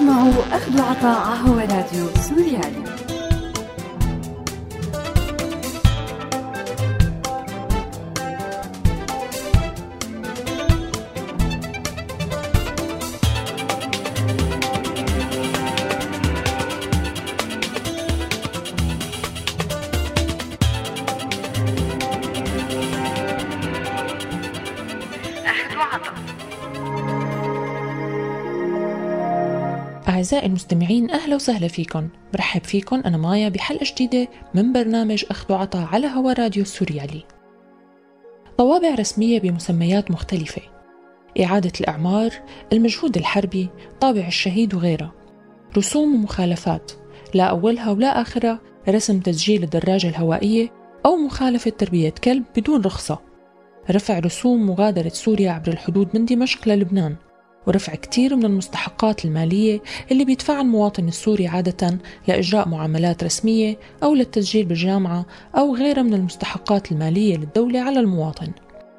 تسمعوا أخذ وعطاء على هوا راديو سوريالي. أعزائي المستمعين، أهلا وسهلا فيكم. برحب فيكم أنا مايا بحلقة جديدة من برنامج أخذ وعطاء على هوا راديو سوريالي. طوابع رسمية بمسميات مختلفة: إعادة الإعمار، المجهود الحربي، طابع الشهيد وغيرها. رسوم ومخالفات، لا أولها ولا آخرها رسم تسجيل الدراجة الهوائية أو مخالفة تربية كلب بدون رخصة. رفع رسوم مغادرة سوريا عبر الحدود من دمشق للبنان، ورفع كتير من المستحقات المالية اللي بيدفعها المواطن السوري عادة لإجراء معاملات رسمية أو للتسجيل بالجامعة أو غيرها من المستحقات المالية للدولة على المواطن.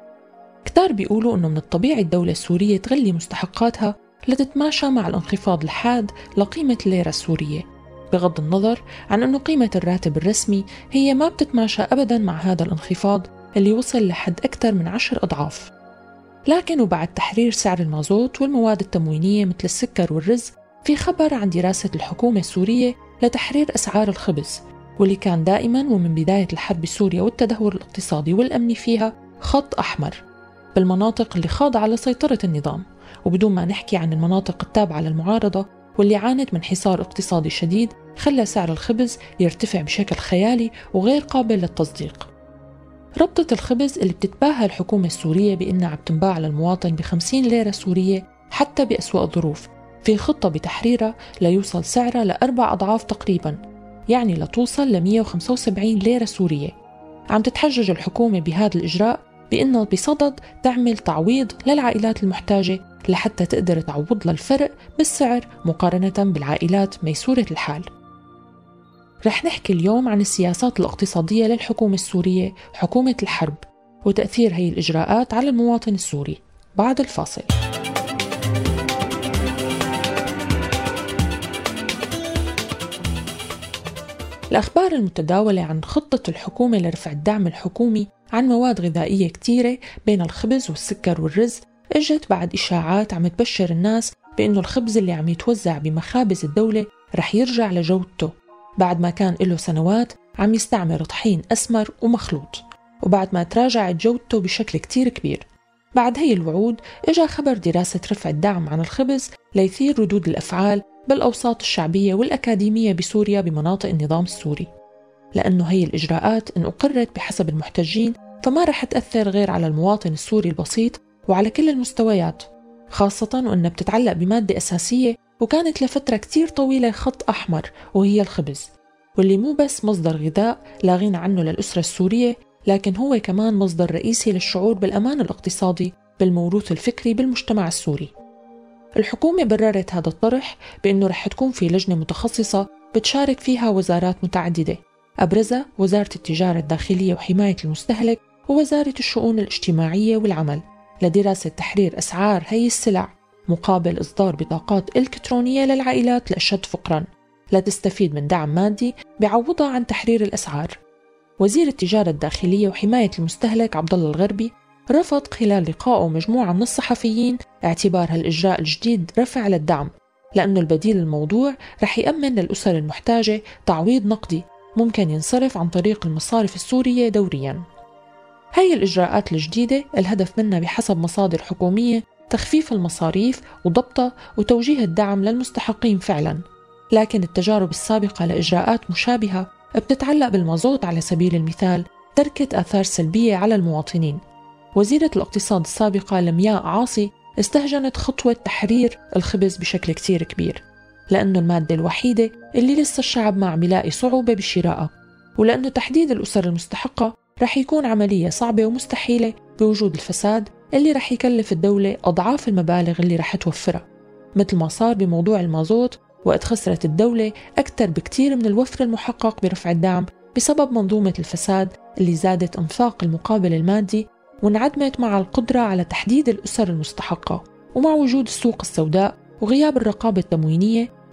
كتار بيقولوا أنه من الطبيعي الدولة السورية تغلي مستحقاتها لتتماشى مع الانخفاض الحاد لقيمة الليرة السورية، بغض النظر عن أنه قيمة الراتب الرسمي هي ما بتتماشى أبدا مع هذا الانخفاض اللي وصل لحد أكثر من 10 أضعاف. لكن وبعد تحرير سعر المازوت والمواد التموينية مثل السكر والرز، في خبر عن دراسة الحكومة السورية لتحرير أسعار الخبز، واللي كان دائما ومن بداية الحرب بسوريا والتدهور الاقتصادي والأمني فيها خط أحمر بالمناطق اللي خاضعة لسيطرة النظام، وبدون ما نحكي عن المناطق التابعة للمعارضة واللي عانت من حصار اقتصادي شديد خلى سعر الخبز يرتفع بشكل خيالي وغير قابل للتصديق. ربطة الخبز اللي بتتباهى الحكومة السورية بأنها عم تنباع للمواطن ب50 ليرة سورية حتى بأسوأ الظروف، في خطة بتحريرها ليوصل سعرها ل4 أضعاف تقريبا، يعني لتوصل ل175 ليرة سورية. عم تتحجج الحكومة بهذا الإجراء بأنه بصدد تعمل تعويض للعائلات المحتاجة لحتى تقدر تعوض لها الفرق بالسعر مقارنة بالعائلات ميسورة الحال. رح نحكي اليوم عن السياسات الاقتصادية للحكومة السورية، حكومة الحرب، وتأثير هي الإجراءات على المواطن السوري بعد الفاصل. الأخبار المتداولة عن خطة الحكومة لرفع الدعم الحكومي عن مواد غذائية كتيرة بين الخبز والسكر والرز اجت بعد إشاعات عم تبشر الناس بأنه الخبز اللي عم يتوزع بمخابز الدولة رح يرجع لجودته، بعد ما كان له سنوات عم يستعمل طحين أسمر ومخلوط، وبعد ما تراجعت جودته بشكل كتير كبير. بعد هي الوعود اجا خبر دراسة رفع الدعم عن الخبز ليثير ردود الأفعال بالأوساط الشعبية والأكاديمية بسوريا بمناطق النظام السوري، لأنه هي الإجراءات إن أقرت بحسب المحتجين فما رح تأثر غير على المواطن السوري البسيط وعلى كل المستويات، خاصة وأنها بتتعلق بمادة أساسية وكانت لفترة كتير طويلة خط أحمر، وهي الخبز، واللي مو بس مصدر غذاء لا غنى عنه للأسرة السورية، لكن هو كمان مصدر رئيسي للشعور بالأمان الاقتصادي بالموروث الفكري بالمجتمع السوري. الحكومة بررت هذا الطرح بأنه رح تكون في لجنة متخصصة بتشارك فيها وزارات متعددة، أبرزها وزارة التجارة الداخلية وحماية المستهلك ووزارة الشؤون الاجتماعية والعمل، لدراسة تحرير أسعار هي السلع مقابل إصدار بطاقات إلكترونية للعائلات الأشد فقراً لتستفيد من دعم مادي بعوضها عن تحرير الأسعار. وزير التجارة الداخلية وحماية المستهلك عبد الله الغربي رفض خلال لقائه مجموعة من الصحفيين اعتبار هالإجراء الجديد رفع للدعم، لأنه البديل الموضوع رح يأمن للأسر المحتاجة تعويض نقدي ممكن ينصرف عن طريق المصارف السورية دورياً. هاي الإجراءات الجديدة الهدف منها بحسب مصادر حكومية تخفيف المصاريف وضبطها وتوجيه الدعم للمستحقين فعلاً، لكن التجارب السابقة لإجراءات مشابهة بتتعلق بالمازوت على سبيل المثال تركت آثار سلبية على المواطنين. وزيرة الاقتصاد السابقة لمياء عاصي استهجنت خطوة تحرير الخبز بشكل كتير كبير، لأنه المادة الوحيدة اللي لسه الشعب ما عم يلاقي صعوبة بشرائها، ولأنه تحديد الأسر المستحقة رح يكون عملية صعبة ومستحيلة بوجود الفساد اللي رح يكلف الدولة أضعاف المبالغ اللي رح توفرها، مثل ما صار بموضوع المازوت وقت خسرت الدولة أكثر بكتير من الوفر المحقق برفع الدعم بسبب منظومة الفساد اللي زادت انفاق المقابل المادي وانعدمت مع القدرة على تحديد الأسر المستحقة، ومع وجود السوق السوداء وغياب الرقابة التموينية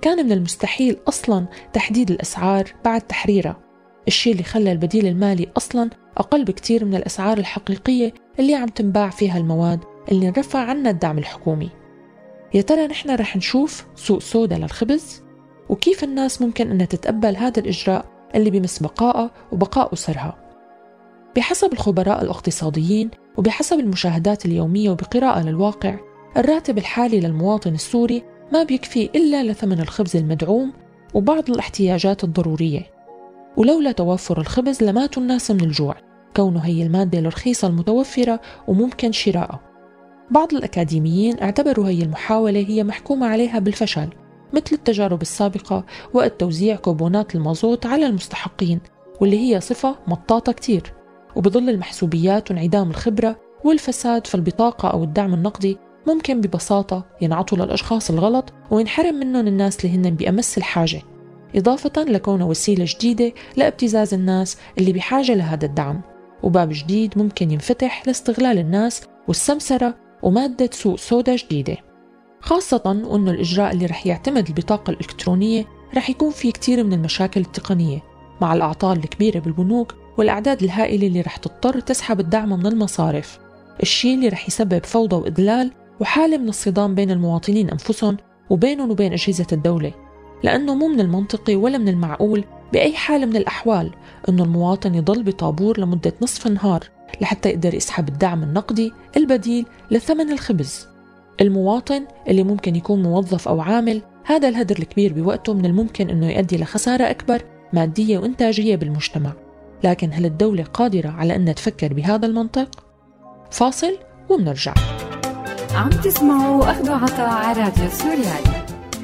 فكان من المستحيل أصلاً تحديد الأسعار بعد تحريرها، الشيء اللي خلى البديل المالي أصلاً أقل بكتير من الأسعار الحقيقية اللي عم تنباع فيها المواد اللي نرفع عنها الدعم الحكومي. يا ترى نحن رح نشوف سوق سودا للخبز؟ وكيف الناس ممكن أنها تتقبل هذا الإجراء اللي بمس بقائها وبقاء أسرها؟ بحسب الخبراء الاقتصاديين وبحسب المشاهدات اليومية وبقراءة للواقع، الراتب الحالي للمواطن السوري ما بيكفي إلا لثمن الخبز المدعوم وبعض الاحتياجات الضرورية، ولولا توفر الخبز لماتوا الناس من الجوع، كونه هي المادة الرخيصة المتوفرة وممكن شرائها. بعض الأكاديميين اعتبروا هي المحاولة هي محكومة عليها بالفشل، مثل التجارب السابقة وقت توزيع كوبونات المازوت على المستحقين، واللي هي صفة مطاطة كتير. وبظل المحسوبيات وانعدام الخبرة والفساد في البطاقة أو الدعم النقدي ممكن ببساطة ينعطوا للأشخاص الغلط وينحرم منهم الناس اللي هن بأمس الحاجة، إضافة لكونه وسيلة جديدة لابتزاز الناس اللي بحاجة لهذا الدعم، وباب جديد ممكن ينفتح لاستغلال الناس والسمسرة ومادة سوق سودا جديدة. خاصة أنه الإجراء اللي رح يعتمد البطاقة الإلكترونية رح يكون فيه كتير من المشاكل التقنية، مع الأعطال الكبيرة بالبنوك والأعداد الهائلة اللي رح تضطر تسحب الدعم من المصارف، الشيء اللي رح يسبب فوضى وإذلال وحالة من الصدام بين المواطنين أنفسهم وبينهم وبين أجهزة الدولة، لأنه مو من المنطقي ولا من المعقول بأي حال من الأحوال أنه المواطن يضل بطابور لمدة نصف نهار لحتى يقدر يسحب الدعم النقدي البديل لثمن الخبز. المواطن اللي ممكن يكون موظف أو عامل، هذا الهدر الكبير بوقته من الممكن أنه يؤدي لخسارة أكبر مادية وإنتاجية بالمجتمع. لكن هل الدولة قادرة على أنها تفكر بهذا المنطق؟ فاصل ومنرجع. عم تسمعوا أخذ وعطاء على راديو سوريالي.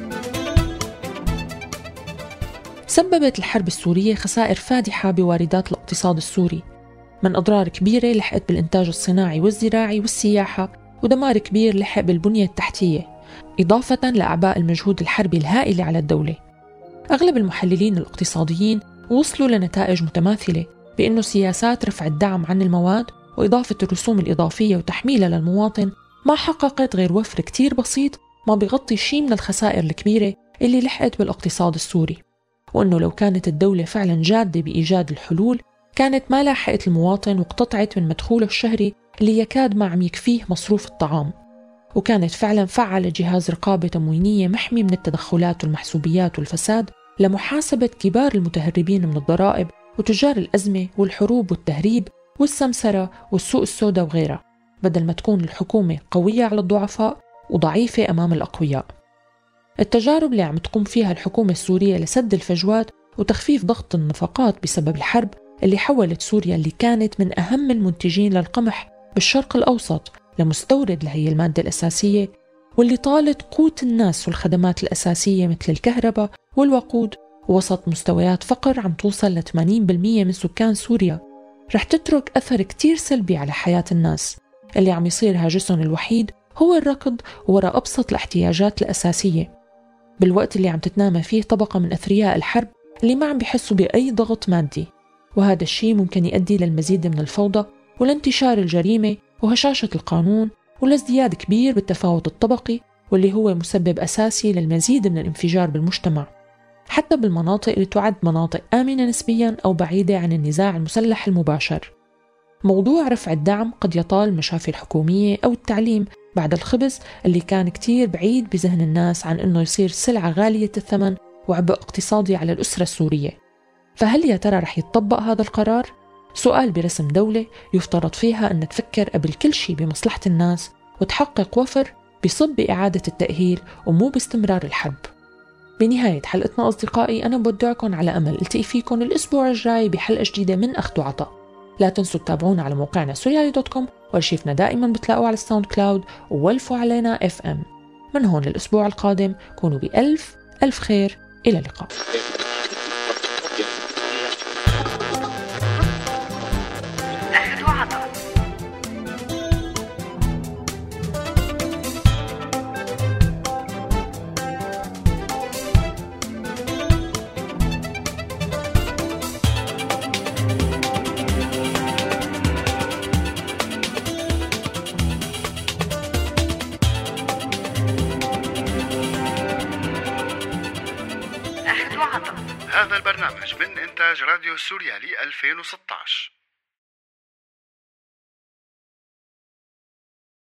سببت الحرب السورية خسائر فادحة بواردات الاقتصاد السوري، من أضرار كبيرة لحقت بالإنتاج الصناعي والزراعي والسياحة، ودمار كبير لحق بالبنية التحتية، إضافة لأعباء المجهود الحربي الهائل على الدولة. أغلب المحللين الاقتصاديين وصلوا لنتائج متماثلة بأنه سياسات رفع الدعم عن المواد وإضافة الرسوم الإضافية وتحميلها للمواطن ما حققت غير وفر كتير بسيط ما بيغطي شيء من الخسائر الكبيرة اللي لحقت بالاقتصاد السوري، وأنه لو كانت الدولة فعلا جادة بإيجاد الحلول كانت ما لاحقت المواطن واقتطعت من مدخوله الشهري اللي يكاد ما عم يكفيه مصروف الطعام، وكانت فعلا فعلت جهاز رقابة تموينية محمي من التدخلات والمحسوبيات والفساد لمحاسبة كبار المتهربين من الضرائب وتجار الأزمة والحروب والتهريب والسمسرة والسوق السوداء وغيرها، بدل ما تكون الحكومة قوية على الضعفاء وضعيفة أمام الأقوياء. التجارب اللي عم تقوم فيها الحكومة السورية لسد الفجوات وتخفيف ضغط النفقات بسبب الحرب اللي حولت سوريا اللي كانت من أهم المنتجين للقمح بالشرق الأوسط لمستورد لهي المادة الأساسية، واللي طالت قوت الناس والخدمات الأساسية مثل الكهرباء والوقود، وسط مستويات فقر عم توصل ل 80% من سكان سوريا، رح تترك أثر كتير سلبي على حياة الناس اللي عم يصير هاجسهم الوحيد هو الركض وراء أبسط الاحتياجات الأساسية، بالوقت اللي عم تتنامى فيه طبقة من أثرياء الحرب اللي ما عم بيحسوا بأي ضغط مادي. وهذا الشيء ممكن يؤدي للمزيد من الفوضى ولانتشار الجريمة وهشاشة القانون ولازدياد كبير بالتفاوت الطبقي، واللي هو مسبب أساسي للمزيد من الانفجار بالمجتمع، حتى بالمناطق اللي تعد مناطق آمنة نسبياً أو بعيدة عن النزاع المسلح المباشر. موضوع رفع الدعم قد يطال المشافي الحكومية أو التعليم بعد الخبز اللي كان كتير بعيد بذهن الناس عن أنه يصير سلعة غالية الثمن وعبء اقتصادي على الأسرة السورية. فهل يا ترى رح يتطبق هذا القرار؟ سؤال برسم دولة يفترض فيها أن تفكر قبل كل شيء بمصلحة الناس وتحقق وفر بصب بإعادة التأهيل ومو باستمرار الحرب. بنهاية حلقتنا أصدقائي، أنا بودعكم على أمل التقي فيكم الأسبوع الجاي بحلقة جديدة من أخذ وعطاء. لا تنسوا تتابعونا على موقعنا سوريالي.com، وارشيفنا دائما بتلاقوه على الساوند كلاود، وولفوا علينا FM. من هون للأسبوع القادم كونوا بألف ألف خير، إلى اللقاء. أخذ وعطا. هذا البرنامج من إنتاج راديو سوريالي 2016.